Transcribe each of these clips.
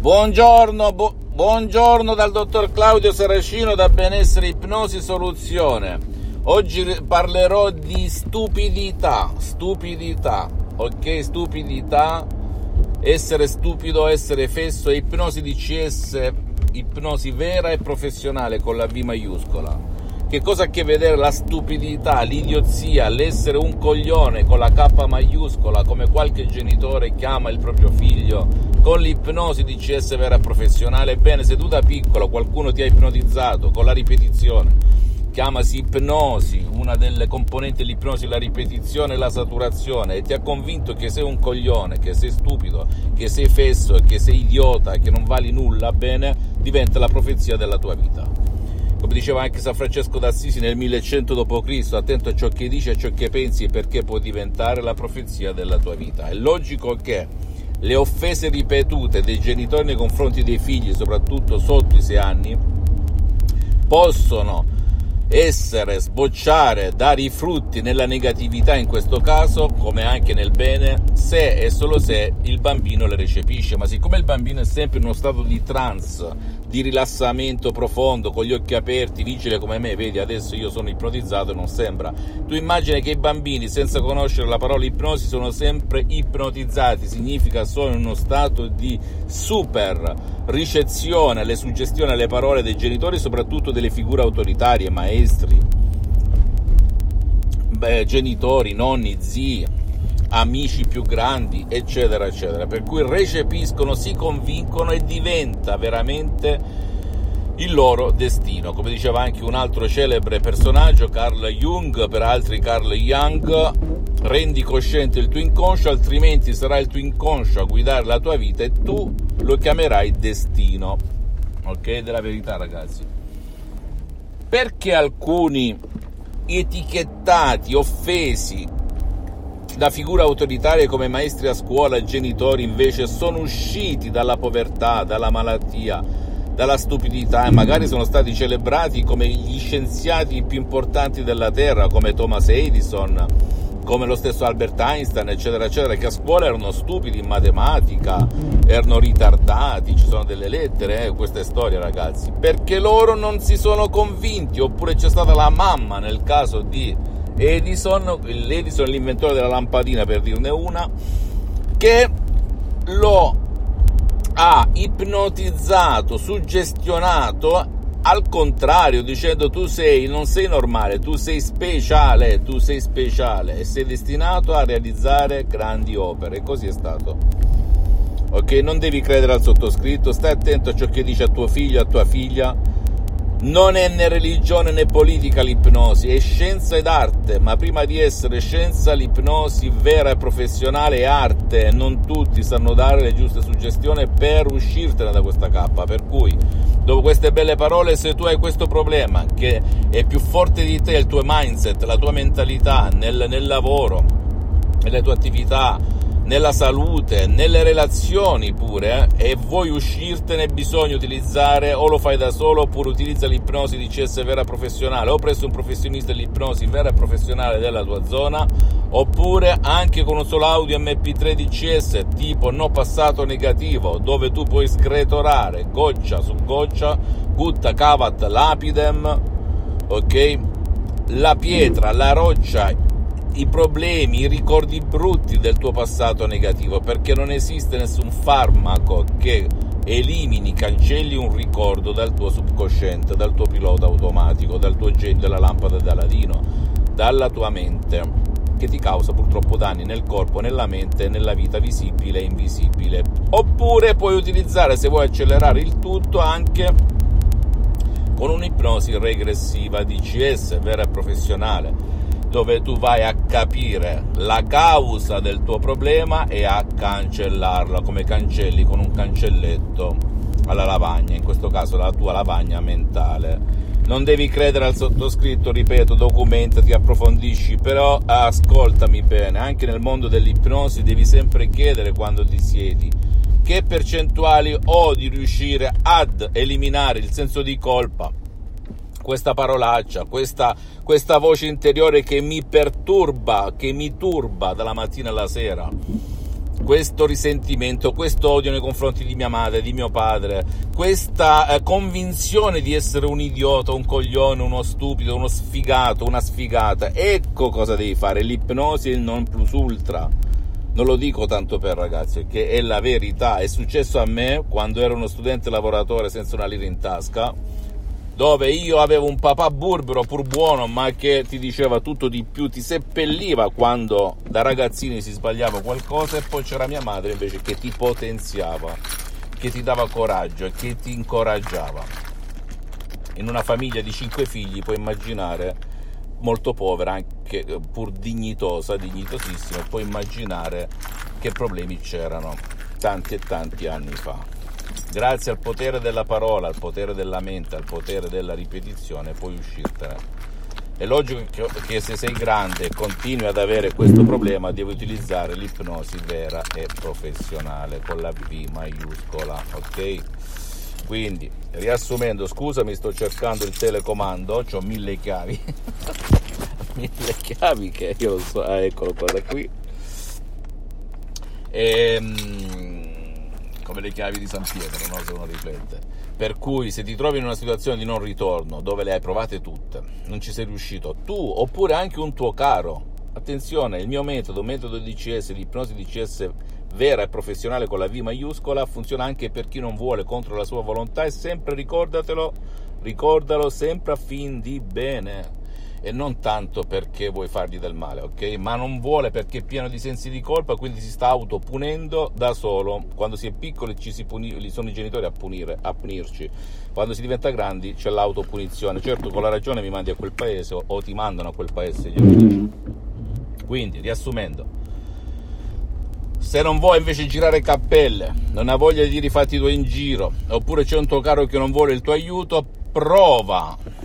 Buongiorno dal dottor Claudio Saracino da Benessere Ipnosi Soluzione. Oggi parlerò di stupidità, ok? Stupidità, essere stupido, essere fesso, ipnosi DCS, ipnosi vera e professionale con la V maiuscola. Che cosa ha a che vedere la stupidità, l'idiozia, l'essere un coglione con la K maiuscola, come qualche genitore chiama il proprio figlio, con l'ipnosi DCS vera e professionale? Ebbene, se tu da piccolo qualcuno ti ha ipnotizzato con la ripetizione, chiamasi ipnosi, una delle componenti dell'ipnosi, la ripetizione e la saturazione, e ti ha convinto che sei un coglione, che sei stupido, che sei fesso, che sei idiota, che non vali nulla, bene, diventa la profezia della tua vita. Come diceva anche San Francesco d'Assisi nel 1100 d.C., attento a ciò che dici e a ciò che pensi, perché può diventare la profezia della tua vita. È logico che le offese ripetute dei genitori nei confronti dei figli, soprattutto sotto i 6 anni, possono sbocciare, dare i frutti nella negatività in questo caso, come anche nel bene, se e solo se il bambino le recepisce. Ma siccome il bambino è sempre in uno stato di trance, di rilassamento profondo, con gli occhi aperti, vigile come me, vedi adesso io sono ipnotizzato e non sembra, tu immagini che i bambini senza conoscere la parola ipnosi sono sempre ipnotizzati, significa sono in uno stato di super ricezione alle suggestioni, alle parole dei genitori, soprattutto delle figure autoritarie, maestri, genitori, nonni, zii, amici più grandi, eccetera eccetera, per cui recepiscono, si convincono e diventa veramente il loro destino. Come diceva anche un altro celebre personaggio, Carl Jung, per altri Carl Jung: rendi cosciente il tuo inconscio, altrimenti sarà il tuo inconscio a guidare la tua vita e tu lo chiamerai destino. Ok? Della verità, ragazzi. Perché alcuni etichettati, offesi da figure autoritarie come maestri a scuola e genitori invece sono usciti dalla povertà, dalla malattia, dalla stupidità, e magari sono stati celebrati come gli scienziati più importanti della Terra, come Thomas Edison, come lo stesso Albert Einstein, eccetera eccetera, che a scuola erano stupidi in matematica, erano ritardati? Ci sono delle lettere, questa è storia, ragazzi, perché loro non si sono convinti. Oppure c'è stata la mamma nel caso di Edison, l'inventore della lampadina, per dirne una, che lo ha ipnotizzato, suggestionato al contrario, dicendo: tu non sei normale, tu sei speciale e sei destinato a realizzare grandi opere. E così è stato. Ok, non devi credere al sottoscritto, stai attento a ciò che dice a tuo figlio, a tua figlia. Non è né religione né politica l'ipnosi, è scienza ed arte, ma prima di essere scienza l'ipnosi vera e professionale è arte. Non tutti sanno dare le giuste suggestioni per uscirtene da questa cappa, per cui dopo queste belle parole, se tu hai questo problema che è più forte di te, il tuo mindset, la tua mentalità nel lavoro, nelle tue attività, nella salute, nelle relazioni pure, e vuoi uscirtene, bisogna utilizzare, o lo fai da solo oppure utilizza l'ipnosi DCS vera professionale, o presso un professionista dell'ipnosi vera e professionale della tua zona, oppure anche con un solo audio MP3 DCS tipo no passato negativo, dove tu puoi sgretolare goccia su goccia, gutta cavat lapidem, ok? La pietra, la roccia, i problemi, i ricordi brutti del tuo passato negativo, perché non esiste nessun farmaco che elimini, cancelli un ricordo dal tuo subconsciente, dal tuo pilota automatico, dal tuo genio della lampada d'Aladino, dalla tua mente, che ti causa purtroppo danni nel corpo, nella mente, nella vita visibile e invisibile. Oppure puoi utilizzare, se vuoi accelerare il tutto, anche con un'ipnosi regressiva DCS vera e professionale, dove tu vai a capire la causa del tuo problema e a cancellarla, come cancelli con un cancelletto alla lavagna, in questo caso la tua lavagna mentale. Non devi credere al sottoscritto, ripeto, documentati, approfondisci, però ascoltami bene, anche nel mondo dell'ipnosi devi sempre chiedere, quando ti siedi, che percentuali ho di riuscire ad eliminare il senso di colpa, questa parolaccia, questa voce interiore che mi perturba, che mi turba dalla mattina alla sera. questo risentimento, questo odio nei confronti di mia madre, di mio padre, questa convinzione di essere un idiota, un coglione, uno stupido, uno sfigato, una sfigata. Ecco cosa devi fare. L'ipnosi è il non plus ultra. Non lo dico tanto per ragazzi, perché è la verità. È successo a me quando ero uno studente lavoratore senza una lira in tasca, dove io avevo un papà burbero pur buono, ma che ti diceva tutto di più, ti seppelliva quando da ragazzini si sbagliava qualcosa, e poi c'era mia madre invece che ti potenziava, che ti dava coraggio e che ti incoraggiava. In una famiglia di 5 figli puoi immaginare, molto povera, anche pur dignitosissima, puoi immaginare che problemi c'erano tanti e tanti anni fa. Grazie al potere della parola, al potere della mente, al potere della ripetizione puoi uscirtene. È logico che se sei grande e continui ad avere questo problema devi utilizzare l'ipnosi vera e professionale con la V maiuscola, ok? Quindi, riassumendo, scusami, sto cercando il telecomando, c'ho 1000 chiavi, 1000 chiavi che io lo so, eccolo qua da qui. Come le chiavi di San Pietro, no? Se uno riflette. Per cui se ti trovi in una situazione di non ritorno, dove le hai provate tutte, non ci sei riuscito, tu oppure anche un tuo caro, attenzione, il mio metodo DCS, l'ipnosi DCS vera e professionale con la V maiuscola, funziona anche per chi non vuole contro la sua volontà, e sempre ricordalo sempre a fin di bene. E non tanto perché vuoi fargli del male, ok? Ma non vuole, perché è pieno di sensi di colpa, quindi si sta autopunendo da solo. Quando si è piccoli sono i genitori a punirci. Quando si diventa grandi c'è l'autopunizione. Certo, con la ragione mi mandi a quel paese o ti mandano a quel paese gli amici. Quindi, riassumendo, se non vuoi invece girare cappelle, non hai voglia di dire i fatti tuoi in giro, oppure c'è un tuo caro che non vuole il tuo aiuto, prova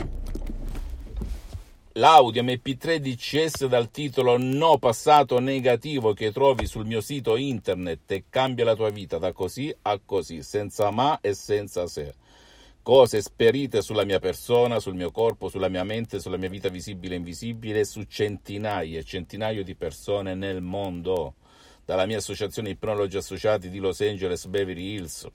l'audio MP3 DCS dal titolo No passato negativo, che trovi sul mio sito internet, e cambia la tua vita da così a così, senza ma e senza se. Cose esperite sulla mia persona, sul mio corpo, sulla mia mente, sulla mia vita visibile e invisibile, su centinaia e centinaia di persone nel mondo, dalla mia associazione Ipnologi Associati di Los Angeles Beverly Hills.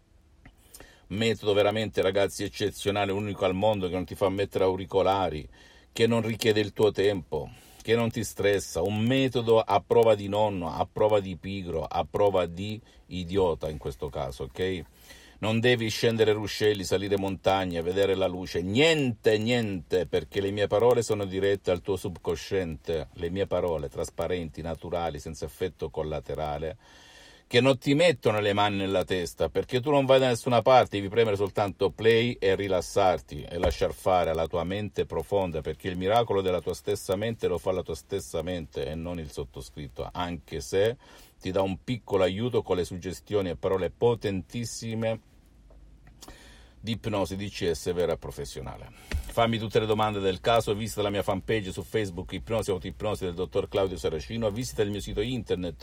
Metodo veramente, ragazzi, eccezionale, unico al mondo, che non ti fa mettere auricolari, che non richiede il tuo tempo, che non ti stressa, un metodo a prova di nonno, a prova di pigro, a prova di idiota in questo caso, ok? Non devi scendere ruscelli, salire montagne, vedere la luce, niente, perché le mie parole sono dirette al tuo subconsciente, le mie parole trasparenti, naturali, senza effetto collaterale, che non ti mettono le mani nella testa, perché tu non vai da nessuna parte, devi premere soltanto play e rilassarti e lasciar fare alla tua mente profonda, perché il miracolo della tua stessa mente lo fa la tua stessa mente e non il sottoscritto, anche se ti dà un piccolo aiuto con le suggestioni e parole potentissime di ipnosi DCS vera e professionale. Fammi tutte le domande del caso, visita la mia fanpage su Facebook Ipnosi Autoipnosi del dottor Claudio Saracino, visita il mio sito internet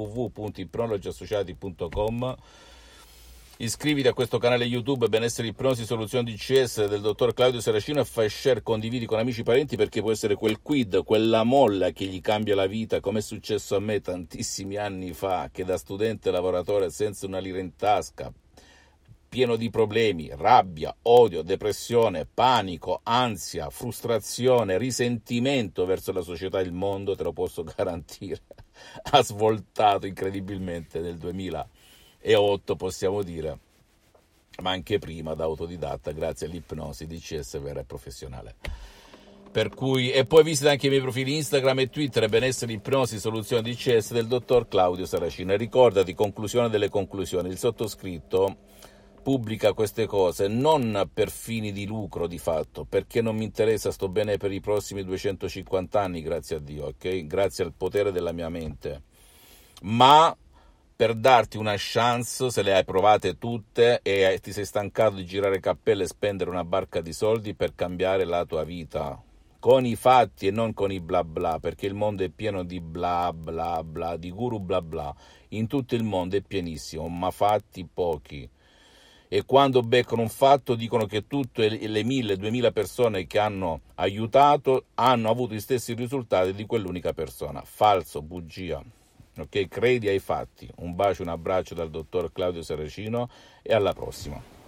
www.ipnologiassociati.com, iscriviti a questo canale YouTube Benessere Ipnosi Soluzioni DCS del dottor Claudio Saracino e fai share, condividi con amici e parenti, perché può essere quel quid, quella molla che gli cambia la vita, come è successo a me tantissimi anni fa, che da studente lavoratore senza una lira in tasca, pieno di problemi, rabbia, odio, depressione, panico, ansia, frustrazione, risentimento verso la società e il mondo, te lo posso garantire, ha svoltato incredibilmente nel 2008, possiamo dire, ma anche prima da autodidatta, grazie all'ipnosi DCS vera e professionale. Per cui, e poi visita anche i miei profili Instagram e Twitter, Benessere Ipnosi Soluzioni DCS del dottor Claudio Saracino. E ricordati, conclusione delle conclusioni, il sottoscritto pubblica queste cose non per fini di lucro, di fatto, perché non mi interessa, sto bene per i prossimi 250 anni, grazie a Dio, ok? Grazie al potere della mia mente, ma per darti una chance, se le hai provate tutte e ti sei stancato di girare cappelle e spendere una barca di soldi per cambiare la tua vita, con i fatti e non con i bla bla, perché il mondo è pieno di bla bla bla, di guru bla bla, in tutto il mondo è pienissimo, ma fatti pochi. E quando beccano un fatto dicono che tutte le 1000-2000 persone che hanno aiutato hanno avuto gli stessi risultati di quell'unica persona. Falso, bugia. Ok, credi ai fatti. Un bacio, un abbraccio dal dottor Claudio Saracino e alla prossima.